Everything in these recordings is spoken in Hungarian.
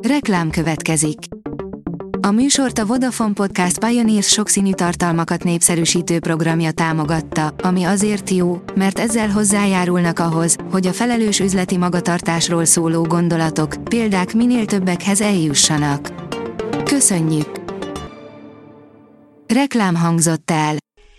Reklám következik. A műsort a Vodafone Podcast Pioneers sokszínű tartalmakat népszerűsítő programja támogatta, ami azért jó, mert ezzel hozzájárulnak ahhoz, hogy a felelős üzleti magatartásról szóló gondolatok, példák minél többekhez eljussanak. Köszönjük! Reklám hangzott el.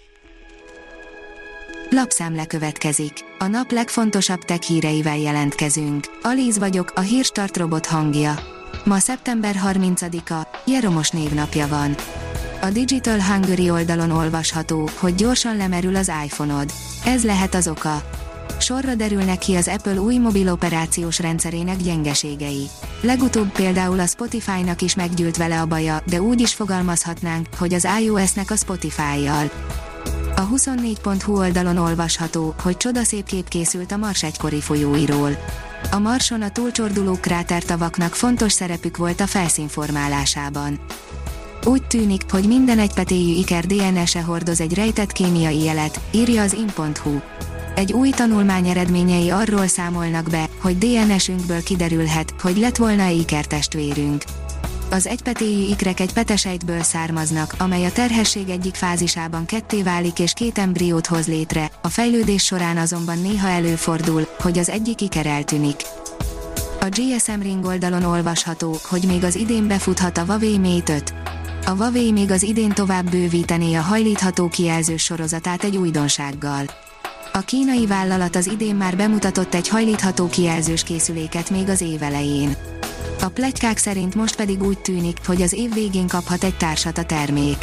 Lapszemle következik. A nap legfontosabb tech híreivel jelentkezünk. Alíz vagyok, a Hírstart robot hangja. Ma szeptember 30-a, Jeromos névnapja van. A Digital Hungary oldalon olvasható, hogy gyorsan lemerül az iPhone-od. Ez lehet az oka. Sorra derülnek ki az Apple új mobil operációs rendszerének gyengeségei. Legutóbb például a Spotify-nak is meggyűlt vele a baja, de úgy is fogalmazhatnánk, hogy az iOS-nek a Spotify-jal. A 24.hu oldalon olvasható, hogy csodaszép kép készült a Mars egykori folyóiról. A Marson a túlcsorduló krátertavaknak fontos szerepük volt a felszín formálásában. Úgy tűnik, hogy minden egypetéjű iker DNS-e hordoz egy rejtett kémiai jelet, írja az in.hu. Egy új tanulmány eredményei arról számolnak be, hogy DNS-ünkből kiderülhet, hogy lett volna ikertestvérünk. Az egypetéjű ikrek egy petesejtből származnak, amely a terhesség egyik fázisában ketté válik és két embriót hoz létre, a fejlődés során azonban néha előfordul, hogy az egyik iker eltűnik. A GSM Ring oldalon olvasható, hogy még az idén befuthat a Huawei Mate 5. A Huawei még az idén tovább bővítené a hajlítható kijelzős sorozatát egy újdonsággal. A kínai vállalat az idén már bemutatott egy hajlítható kijelzős készüléket még az év elején. A pletykák szerint most pedig úgy tűnik, hogy az év végén kaphat egy társat a termék.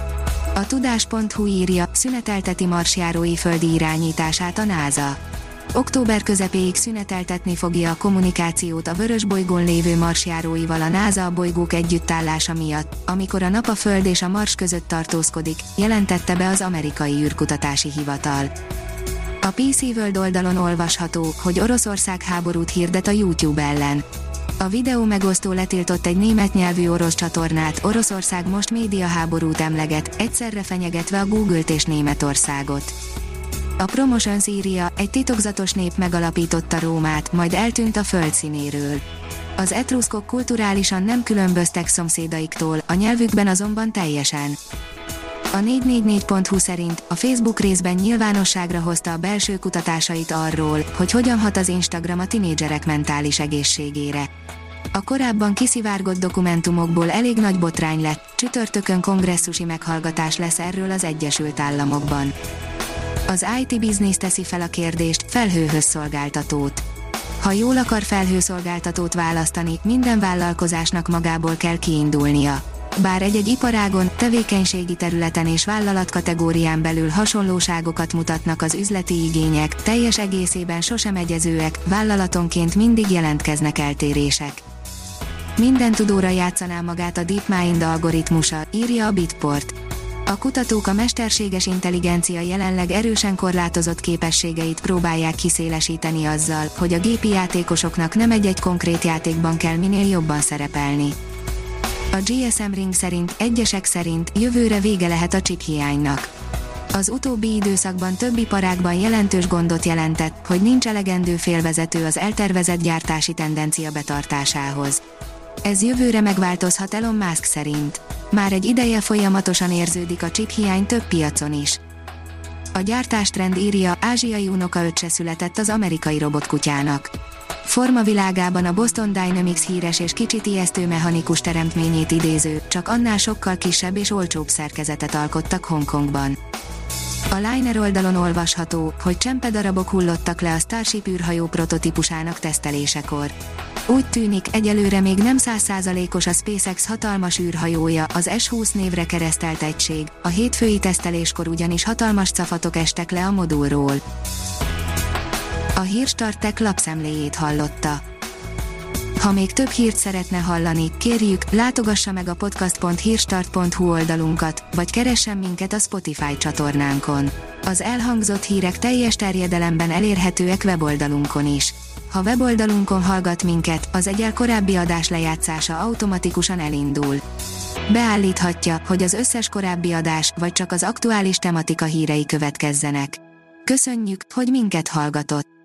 A tudás.hu írja, szünetelteti marsjárói földi irányítását a NASA. Október közepéig szüneteltetni fogja a kommunikációt a Vörösbolygón lévő marsjáróival a NASA a bolygók együttállása miatt, amikor a Nap a Föld és a Mars között tartózkodik, jelentette be az amerikai űrkutatási hivatal. A PC World oldalon olvasható, hogy Oroszország háborút hirdet a YouTube ellen. A videó megosztó letiltott egy német nyelvű orosz csatornát, Oroszország most médiaháborút emleget, egyszerre fenyegetve a Google-t és Németországot. A Promotions írja, egy titokzatos nép megalapította Rómát, majd eltűnt a földszínéről. Az etruszkok kulturálisan nem különböztek szomszédaiktól, a nyelvükben azonban teljesen. A 444.hu szerint a Facebook részben nyilvánosságra hozta a belső kutatásait arról, hogy hogyan hat az Instagram a tinédzserek mentális egészségére. A korábban kiszivárgott dokumentumokból elég nagy botrány lett, csütörtökön kongresszusi meghallgatás lesz erről az Egyesült Államokban. Az IT Business teszi fel a kérdést, felhőhöz szolgáltatót. Ha jól akar felhőszolgáltatót választani, minden vállalkozásnak magából kell kiindulnia. Bár egy-egy iparágon, tevékenységi területen és vállalatkategórián belül hasonlóságokat mutatnak az üzleti igények, teljes egészében sosem egyezőek, vállalatonként mindig jelentkeznek eltérések. Minden tudóra játszaná magát a DeepMind algoritmusa, írja a Bitport. A kutatók a mesterséges intelligencia jelenleg erősen korlátozott képességeit próbálják kiszélesíteni azzal, hogy a gépi játékosoknak nem egy-egy konkrét játékban kell minél jobban szerepelni. A GSM Ring szerint, egyesek szerint jövőre vége lehet a chiphiánynak. Az utóbbi időszakban több iparágban jelentős gondot jelentett, hogy nincs elegendő félvezető az eltervezett gyártási tendencia betartásához. Ez jövőre megváltozhat Elon Musk szerint. Már egy ideje folyamatosan érződik a chiphiány több piacon is. A gyártástrend írja, ázsiai unokaöccse született az amerikai robotkutyának. Formavilágában a Boston Dynamics híres és kicsit ijesztő mechanikus teremtményét idéző, csak annál sokkal kisebb és olcsóbb szerkezetet alkottak Hongkongban. A Liner oldalon olvasható, hogy csempedarabok hullottak le a Starship űrhajó prototípusának tesztelésekor. Úgy tűnik, egyelőre még nem 100%-os a SpaceX hatalmas űrhajója, az S-20 névre keresztelt egység, a hétfői teszteléskor ugyanis hatalmas cafatok estek le a modulról. A Hírstart Tech lapszemléjét hallotta. Ha még több hírt szeretne hallani, kérjük, látogassa meg a podcast.hírstart.hu oldalunkat, vagy keressen minket a Spotify csatornánkon. Az elhangzott hírek teljes terjedelemben elérhetőek weboldalunkon is. Ha weboldalunkon hallgat minket, az egyel korábbi adás lejátszása automatikusan elindul. Beállíthatja, hogy az összes korábbi adás, vagy csak az aktuális tematika hírei következzenek. Köszönjük, hogy minket hallgatott!